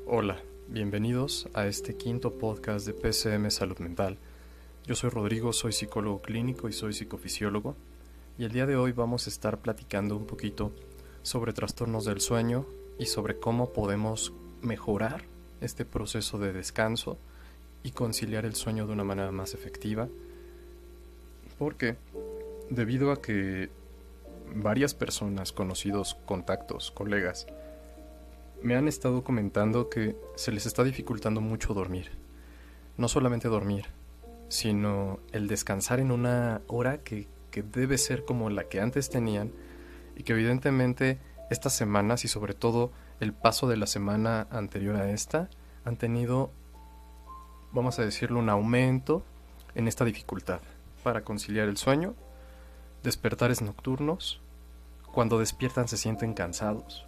Hola, bienvenidos a este quinto podcast de PCM Salud Mental. Yo soy Rodrigo, soy psicólogo clínico y soy psicofisiólogo, y el día de hoy vamos a estar platicando un poquito sobre trastornos del sueño y sobre cómo podemos mejorar este proceso de descanso y conciliar el sueño de una manera más efectiva, porque debido a que varias personas, conocidos, contactos, colegas, me han estado comentando que se les está dificultando mucho dormir. No solamente dormir, sino el descansar en una hora que debe ser como la que antes tenían, y que evidentemente estas semanas y sobre todo el paso de la semana anterior a esta han tenido, vamos a decirlo, un aumento en esta dificultad para conciliar el sueño, despertares nocturnos, cuando despiertan se sienten cansados.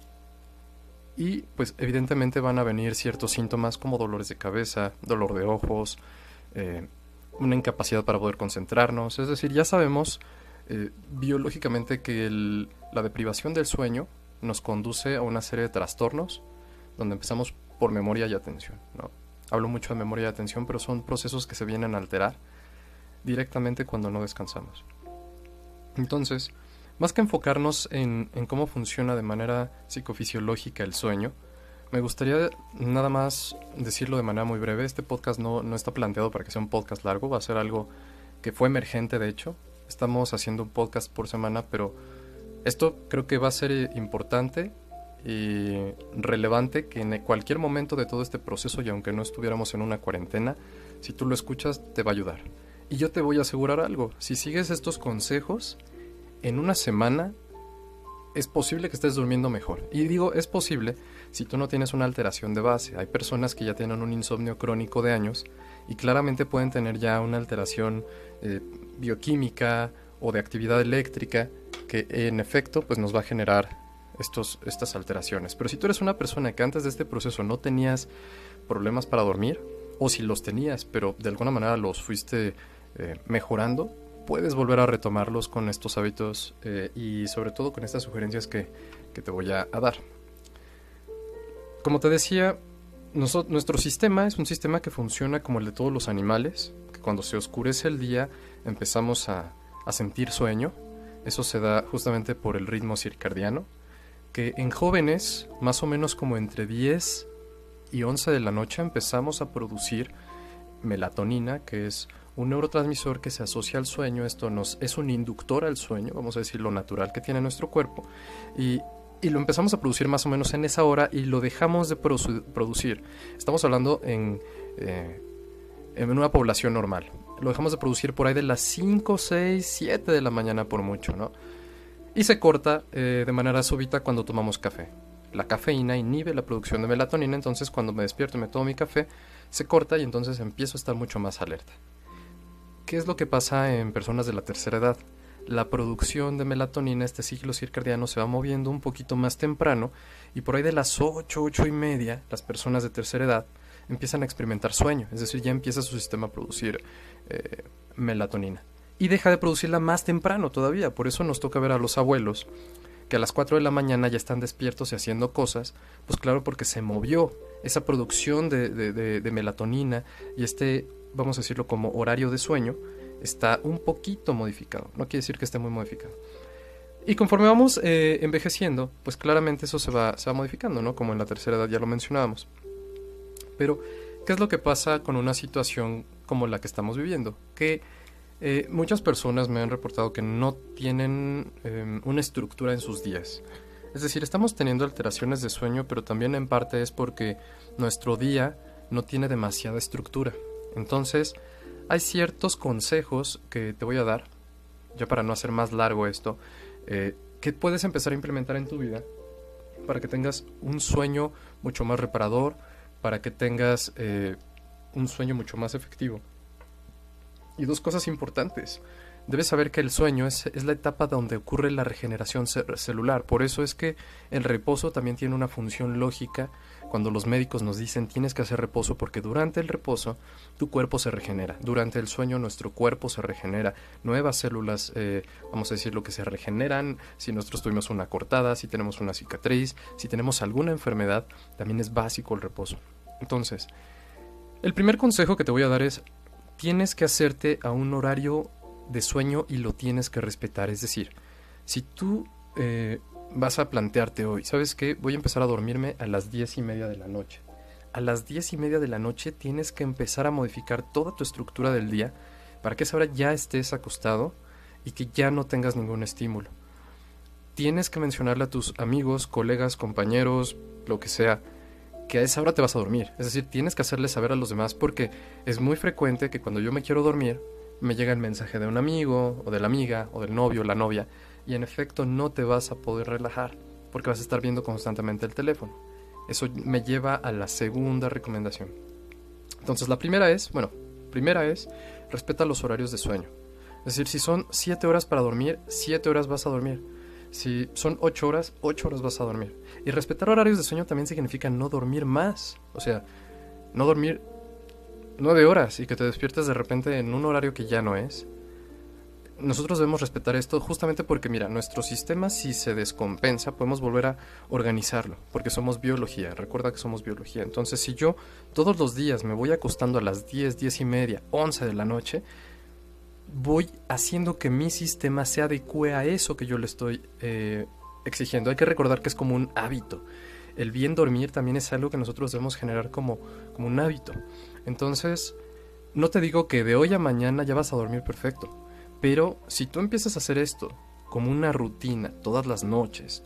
Y pues evidentemente van a venir ciertos síntomas como dolores de cabeza, dolor de ojos, una incapacidad para poder concentrarnos. Es decir, ya sabemos biológicamente que la deprivación del sueño nos conduce a una serie de trastornos donde empezamos por memoria y atención, ¿no? Hablo mucho de memoria y atención, pero son procesos que se vienen a alterar directamente cuando no descansamos. Entonces, más que enfocarnos en cómo funciona de manera psicofisiológica el sueño, me gustaría nada más decirlo de manera muy breve. Este podcast no está planteado para que sea un podcast largo, va a ser algo que fue emergente de hecho. Estamos haciendo un podcast por semana, pero esto creo que va a ser importante y relevante, que en cualquier momento de todo este proceso, y aunque no estuviéramos en una cuarentena, si tú lo escuchas te va a ayudar. Y yo te voy a asegurar algo: si sigues estos consejos, en una semana es posible que estés durmiendo mejor. Y digo es posible si tú no tienes una alteración de base. Hay personas que ya tienen un insomnio crónico de años y claramente pueden tener ya una alteración bioquímica o de actividad eléctrica que en efecto pues nos va a generar estas alteraciones. Pero si tú eres una persona que antes de este proceso no tenías problemas para dormir, o si los tenías pero de alguna manera los fuiste mejorando, puedes volver a retomarlos con estos hábitos y sobre todo con estas sugerencias que te voy a dar. Como te decía, nuestro sistema es un sistema que funciona como el de todos los animales, que cuando se oscurece el día empezamos a sentir sueño. Eso se da justamente por el ritmo circadiano, que en jóvenes, más o menos como entre 10 y 11 de la noche, empezamos a producir melatonina, que es un neurotransmisor que se asocia al sueño. Esto es un inductor al sueño, vamos a decir, lo natural que tiene nuestro cuerpo, y lo empezamos a producir más o menos en esa hora y lo dejamos de producir. Estamos hablando en una población normal. Lo dejamos de producir por ahí de las 5, 6, 7 de la mañana por mucho, ¿no? Y se corta de manera súbita cuando tomamos café. La cafeína inhibe la producción de melatonina, entonces cuando me despierto y me tomo mi café, se corta y entonces empiezo a estar mucho más alerta. ¿Qué es lo que pasa en personas de la tercera edad? La producción de melatonina, este ciclo circadiano, se va moviendo un poquito más temprano, y por ahí de las 8, 8 y media, las personas de tercera edad empiezan a experimentar sueño, es decir, ya empieza su sistema a producir melatonina. Y deja de producirla más temprano todavía. Por eso nos toca ver a los abuelos que a las 4 de la mañana ya están despiertos y haciendo cosas. Pues claro, porque se movió esa producción de melatonina, y vamos a decirlo como horario de sueño, está un poquito modificado. No quiere decir que esté muy modificado. Y conforme vamos envejeciendo, pues claramente eso se va modificando, ¿no? Como en la tercera edad ya lo mencionábamos. Pero, ¿qué es lo que pasa con una situación como la que estamos viviendo? Que muchas personas me han reportado que no tienen una estructura en sus días. Es decir, estamos teniendo alteraciones de sueño, pero también en parte es porque nuestro día no tiene demasiada estructura. Entonces, hay ciertos consejos que te voy a dar, ya para no hacer más largo esto, que puedes empezar a implementar en tu vida para que tengas un sueño mucho más reparador, para que tengas un sueño mucho más efectivo. Y dos cosas importantes: debes saber que el sueño es la etapa donde ocurre la regeneración celular. Por eso es que el reposo también tiene una función lógica cuando los médicos nos dicen tienes que hacer reposo, porque durante el reposo tu cuerpo se regenera. Durante el sueño nuestro cuerpo se regenera. Nuevas células, vamos a decir lo que se regeneran. Si nosotros tuvimos una cortada, si tenemos una cicatriz, si tenemos alguna enfermedad, también es básico el reposo. Entonces, el primer consejo que te voy a dar es, tienes que hacerte a un horario de sueño y lo tienes que respetar. Es decir, si tú vas a plantearte hoy, ¿sabes qué? Voy a empezar a dormirme a las 10:30 de la noche. A las 10:30 de la noche tienes que empezar a modificar toda tu estructura del día para que a esa hora ya estés acostado y que ya no tengas ningún estímulo. Tienes que mencionarle a tus amigos, colegas, compañeros, lo que sea, que a esa hora te vas a dormir. Es decir, tienes que hacerle saber a los demás, porque es muy frecuente que cuando yo me quiero dormir, me llega el mensaje de un amigo, o de la amiga, o del novio, o la novia, y en efecto no te vas a poder relajar, porque vas a estar viendo constantemente el teléfono. Eso me lleva a la segunda recomendación. Entonces la primera es, respeta los horarios de sueño. Es decir, si son 7 horas para dormir, 7 horas vas a dormir. Si son 8 horas, 8 horas vas a dormir. Y respetar horarios de sueño también significa no dormir más. O sea, no dormir 9 horas y que te despiertes de repente en un horario que ya no es. Nosotros debemos respetar esto justamente porque, mira, nuestro sistema, si se descompensa, podemos volver a organizarlo, porque somos biología. Recuerda que somos biología. Entonces, si yo todos los días me voy acostando a las 10, 10:30, 11 de la noche, voy haciendo que mi sistema se adecue a eso que yo le estoy exigiendo. Hay que recordar que es como un hábito. El bien dormir también es algo que nosotros debemos generar como un hábito. Entonces, no te digo que de hoy a mañana ya vas a dormir perfecto, pero si tú empiezas a hacer esto como una rutina todas las noches,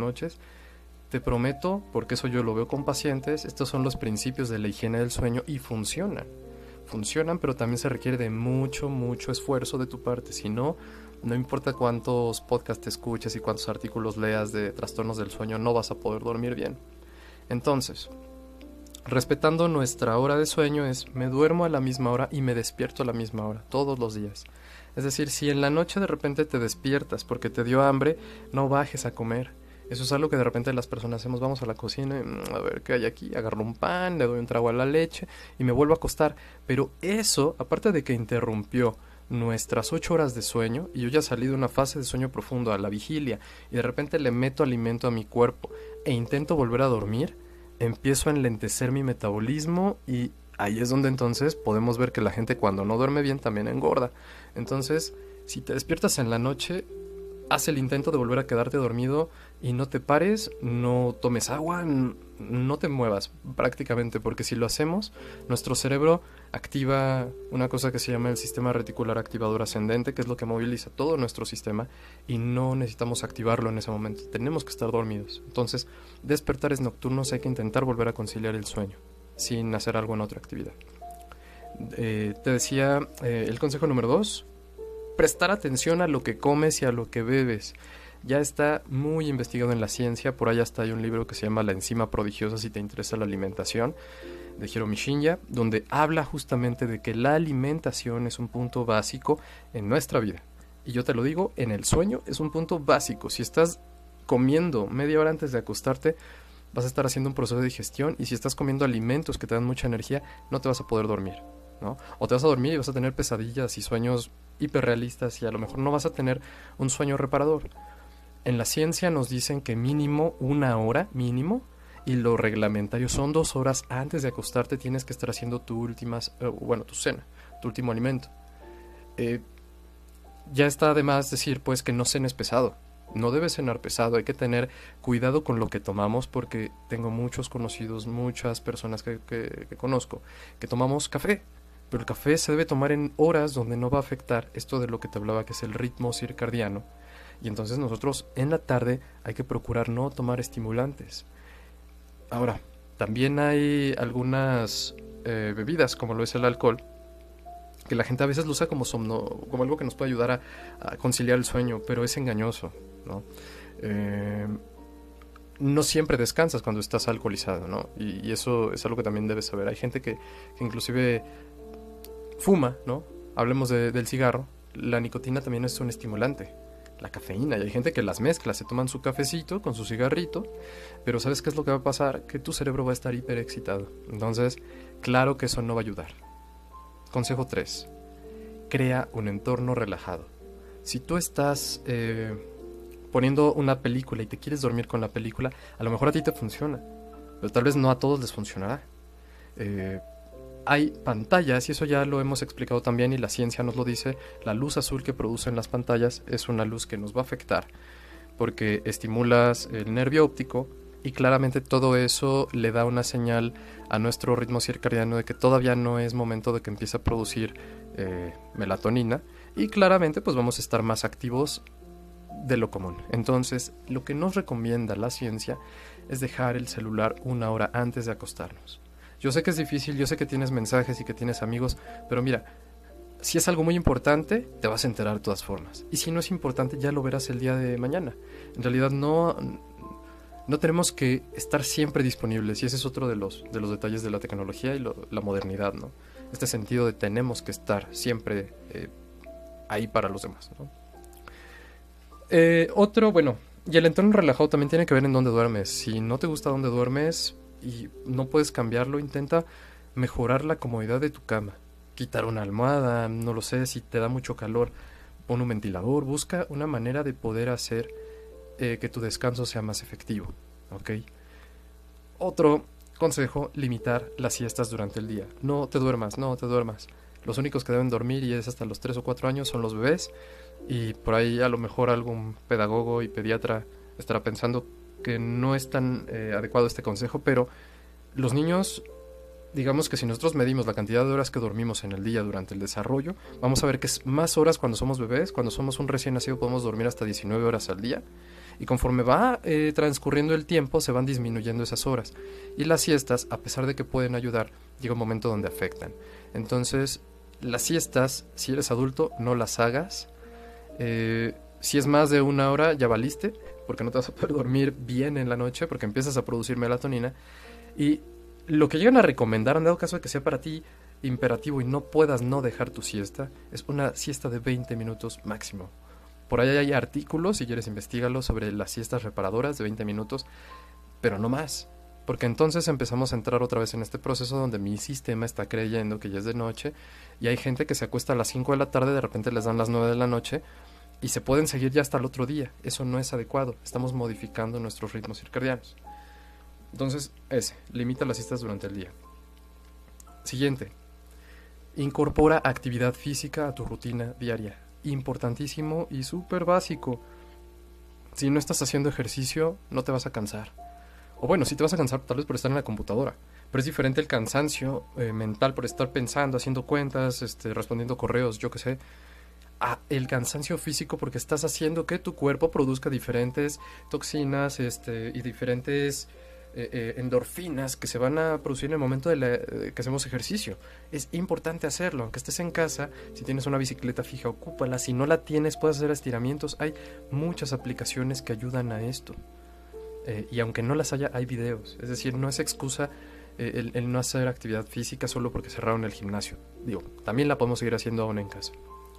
te prometo, porque eso yo lo veo con pacientes, estos son los principios de la higiene del sueño y funcionan, pero también se requiere de mucho esfuerzo de tu parte. Si no, no importa cuántos podcasts te escuches y cuántos artículos leas de trastornos del sueño, no vas a poder dormir bien. Entonces, respetando nuestra hora de sueño es, me duermo a la misma hora y me despierto a la misma hora, todos los días. Es decir, si en la noche de repente te despiertas porque te dio hambre, no bajes a comer. Eso es algo que de repente las personas hacemos, vamos a la cocina y a ver qué hay aquí, agarro un pan, le doy un trago a la leche y me vuelvo a acostar. Pero eso, aparte de que interrumpió nuestras 8 horas de sueño, y yo ya salí de una fase de sueño profundo a la vigilia, y de repente le meto alimento a mi cuerpo e intento volver a dormir, empiezo a enlentecer mi metabolismo y ahí es donde entonces podemos ver que la gente cuando no duerme bien también engorda. Entonces, si te despiertas en la noche, haz el intento de volver a quedarte dormido y no te pares, no tomes agua, no te muevas prácticamente, porque si lo hacemos, nuestro cerebro activa una cosa que se llama el sistema reticular activador ascendente, que es lo que moviliza todo nuestro sistema, y no necesitamos activarlo en ese momento, tenemos que estar dormidos. Entonces, despertares nocturnos hay que intentar volver a conciliar el sueño sin hacer alguna otra actividad. Te decía, el consejo número 2, prestar atención a lo que comes y a lo que bebes. Ya está muy investigado en la ciencia, por ahí hasta hay un libro que se llama La enzima prodigiosa, si te interesa la alimentación, de Hiromi Shinya, donde habla justamente de que la alimentación es un punto básico en nuestra vida. Y yo te lo digo, en el sueño es un punto básico. Si estás comiendo media hora antes de acostarte, vas a estar haciendo un proceso de digestión, y si estás comiendo alimentos que te dan mucha energía, no te vas a poder dormir, ¿no? O te vas a dormir y vas a tener pesadillas y sueños hiperrealistas, y a lo mejor no vas a tener un sueño reparador. En la ciencia nos dicen que mínimo 1 hora, mínimo, y lo reglamentario son 2 horas antes de acostarte tienes que estar haciendo tu cena, tu último alimento. Ya está de más decir pues que no cenes pesado. No debes cenar pesado, hay que tener cuidado con lo que tomamos, porque tengo muchos conocidos, muchas personas que conozco, que tomamos café, pero el café se debe tomar en horas donde no va a afectar esto de lo que te hablaba, que es el ritmo circadiano, y entonces nosotros en la tarde hay que procurar no tomar estimulantes. Ahora, también hay algunas bebidas, como lo es el alcohol, que la gente a veces lo usa como algo que nos puede ayudar a conciliar el sueño, pero es engañoso, ¿no? No siempre descansas cuando estás alcoholizado, ¿no? Y eso es algo que también debes saber. Hay gente que inclusive fuma, ¿no? Hablemos del cigarro, la nicotina también es un estimulante, la cafeína, y hay gente que las mezcla, se toman su cafecito con su cigarrito, pero ¿sabes qué es lo que va a pasar? Que tu cerebro va a estar hiperexcitado. Entonces, claro que eso no va a ayudar. Consejo 3. Crea un entorno relajado. Si tú estás poniendo una película y te quieres dormir con la película, a lo mejor a ti te funciona, pero tal vez no a todos les funcionará. Hay pantallas, y eso ya lo hemos explicado también y la ciencia nos lo dice, la luz azul que producen las pantallas es una luz que nos va a afectar porque estimulas el nervio óptico y claramente todo eso le da una señal a nuestro ritmo circadiano de que todavía no es momento de que empiece a producir melatonina, y claramente pues vamos a estar más activos de lo común. Entonces, lo que nos recomienda la ciencia es dejar el celular 1 hora antes de acostarnos. Yo sé que es difícil, yo sé que tienes mensajes y que tienes amigos, pero mira, si es algo muy importante, te vas a enterar de todas formas. Y si no es importante, ya lo verás el día de mañana. En realidad no tenemos que estar siempre disponibles, y ese es otro de los detalles de la tecnología y la modernidad, ¿no? Este sentido de tenemos que estar siempre ahí para los demás, ¿no? Y el entorno relajado también tiene que ver en dónde duermes. Si no te gusta dónde duermes y no puedes cambiarlo, intenta mejorar la comodidad de tu cama. Quitar una almohada, no lo sé, si te da mucho calor, pon un ventilador, busca una manera de poder hacer que tu descanso sea más efectivo, ¿ok? Otro consejo, limitar las siestas durante el día. No te duermas. Los únicos que deben dormir, y es hasta los 3 o 4 años, son los bebés, y por ahí a lo mejor algún pedagogo y pediatra estará pensando que no es tan adecuado este consejo, pero los niños, digamos que si nosotros medimos la cantidad de horas que dormimos en el día durante el desarrollo, vamos a ver que es más horas cuando somos bebés. Cuando somos un recién nacido podemos dormir hasta 19 horas al día, y conforme va transcurriendo el tiempo se van disminuyendo esas horas, y las siestas, a pesar de que pueden ayudar, llega un momento donde afectan. Entonces, las siestas, si eres adulto, no las hagas. Si es más de 1 hora, ya valiste, porque no te vas a poder dormir bien en la noche, porque empiezas a producir melatonina. Y lo que llegan a recomendar, en dado caso de que sea para ti imperativo y no puedas no dejar tu siesta, es una siesta de 20 minutos máximo. Por ahí hay artículos, si quieres investígalos, sobre las siestas reparadoras de 20 minutos, pero no más. Porque entonces empezamos a entrar otra vez en este proceso donde mi sistema está creyendo que ya es de noche, y hay gente que se acuesta a las 5 de la tarde, de repente les dan las 9 de la noche, y se pueden seguir ya hasta el otro día. Eso no es adecuado, estamos modificando nuestros ritmos circadianos. Entonces, limita las siestas durante el día. Siguiente, incorpora actividad física a tu rutina diaria. Importantísimo y súper básico. Si no estás haciendo ejercicio, no te vas a cansar. O bueno, sí te vas a cansar tal vez por estar en la computadora, pero es diferente el cansancio mental por estar pensando, haciendo cuentas, respondiendo correos, yo qué sé, a el cansancio físico porque estás haciendo que tu cuerpo produzca diferentes toxinas y diferentes endorfinas que se van a producir en el momento que hacemos ejercicio. Es importante hacerlo, aunque estés en casa. Si tienes una bicicleta fija, ocúpala. Si no la tienes, puedes hacer estiramientos. Hay muchas aplicaciones que ayudan a esto. Y aunque no las haya, hay videos. Es decir, no es excusa el no hacer actividad física solo porque cerraron el gimnasio. Digo, también la podemos seguir haciendo aún en casa.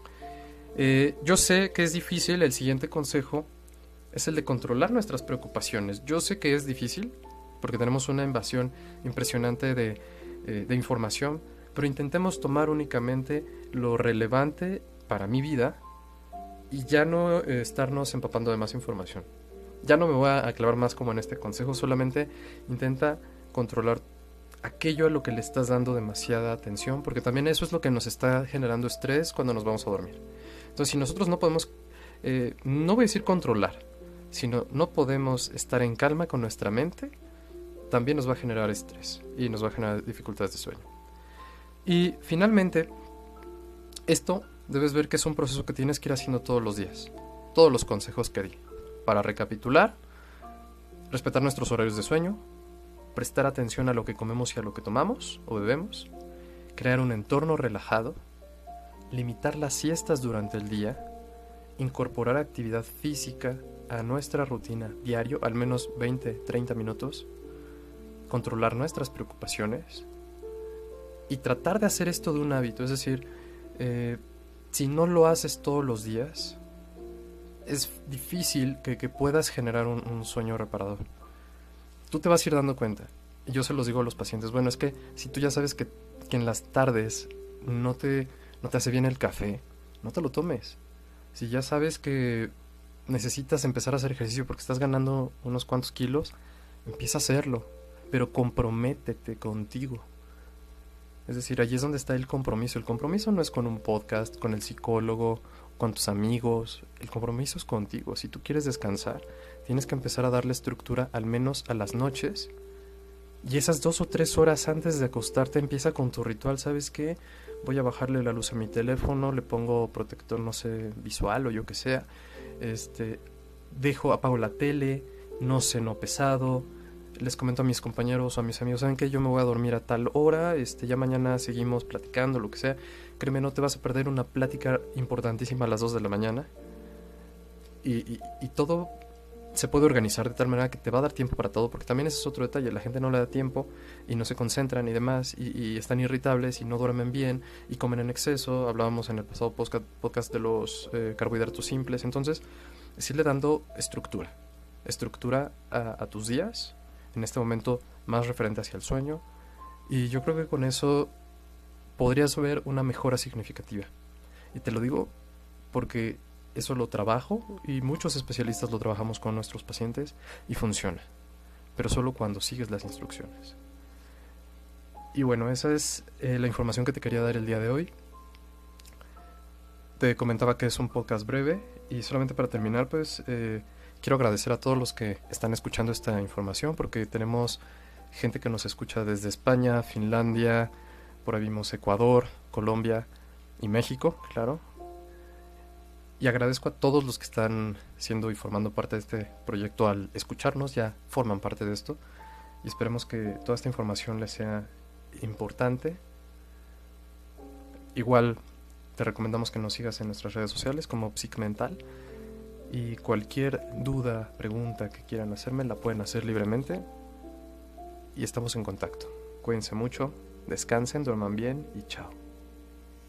Yo sé que es difícil. El siguiente consejo es el de controlar nuestras preocupaciones. Yo sé que es difícil porque tenemos una invasión impresionante de información, pero intentemos tomar únicamente lo relevante para mi vida y ya no estarnos empapando de más información. Ya no me voy a clavar más como en este consejo, solamente intenta controlar aquello a lo que le estás dando demasiada atención, porque también eso es lo que nos está generando estrés cuando nos vamos a dormir. Entonces, si nosotros no podemos, no voy a decir controlar, sino no podemos estar en calma con nuestra mente, también nos va a generar estrés y nos va a generar dificultades de sueño. Y finalmente, esto debes ver que es un proceso que tienes que ir haciendo todos los días. Todos los consejos que di. Para recapitular, respetar nuestros horarios de sueño, prestar atención a lo que comemos y a lo que tomamos o bebemos, crear un entorno relajado, limitar las siestas durante el día, incorporar actividad física a nuestra rutina diario, al menos 20-30 minutos, controlar nuestras preocupaciones y tratar de hacer esto de un hábito. Es decir, si no lo haces todos los días, es difícil que puedas generar un sueño reparador. Tú te vas a ir dando cuenta. Y yo se los digo a los pacientes, bueno, es que si tú ya sabes que en las tardes no te hace bien el café, no te lo tomes. Si ya sabes que necesitas empezar a hacer ejercicio porque estás ganando unos cuantos kilos, empieza a hacerlo, pero comprométete contigo. Es decir, allí es donde está el compromiso. El compromiso no es con un podcast, con el psicólogo, con tus amigos. El compromiso es contigo. Si tú quieres descansar, tienes que empezar a darle estructura al menos a las noches. Y esas 2 o 3 horas antes de acostarte empieza con tu ritual. ¿Sabes qué? Voy a bajarle la luz a mi teléfono, le pongo protector, no sé, visual o yo que sea. Apago la tele, no ceno pesado. Les comento a mis compañeros o a mis amigos, ¿saben qué? Yo me voy a dormir a tal hora, ya mañana seguimos platicando, lo que sea. Créeme, no te vas a perder una plática importantísima a las 2 de la mañana. Y todo se puede organizar de tal manera que te va a dar tiempo para todo, porque también ese es otro detalle, la gente no le da tiempo y no se concentran y demás, y están irritables y no duermen bien y comen en exceso. Hablábamos en el pasado podcast de los carbohidratos simples. Entonces, es irle dando estructura a tus días, en este momento más referente hacia el sueño, y yo creo que con eso podrías ver una mejora significativa. Y te lo digo porque eso lo trabajo y muchos especialistas lo trabajamos con nuestros pacientes y funciona, pero solo cuando sigues las instrucciones. Y bueno, esa es la información que te quería dar el día de hoy. Te comentaba que es un podcast breve y solamente para terminar, pues quiero agradecer a todos los que están escuchando esta información, porque tenemos gente que nos escucha desde España, Finlandia, por ahí vimos Ecuador, Colombia y México, claro. Y agradezco a todos los que están siendo y formando parte de este proyecto. Al escucharnos ya forman parte de esto, y esperemos que toda esta información les sea importante. Igual te recomendamos que nos sigas en nuestras redes sociales como PsicMental, y cualquier duda, pregunta que quieran hacerme la pueden hacer libremente y estamos en contacto. Cuídense mucho, descansen, duerman bien y chao.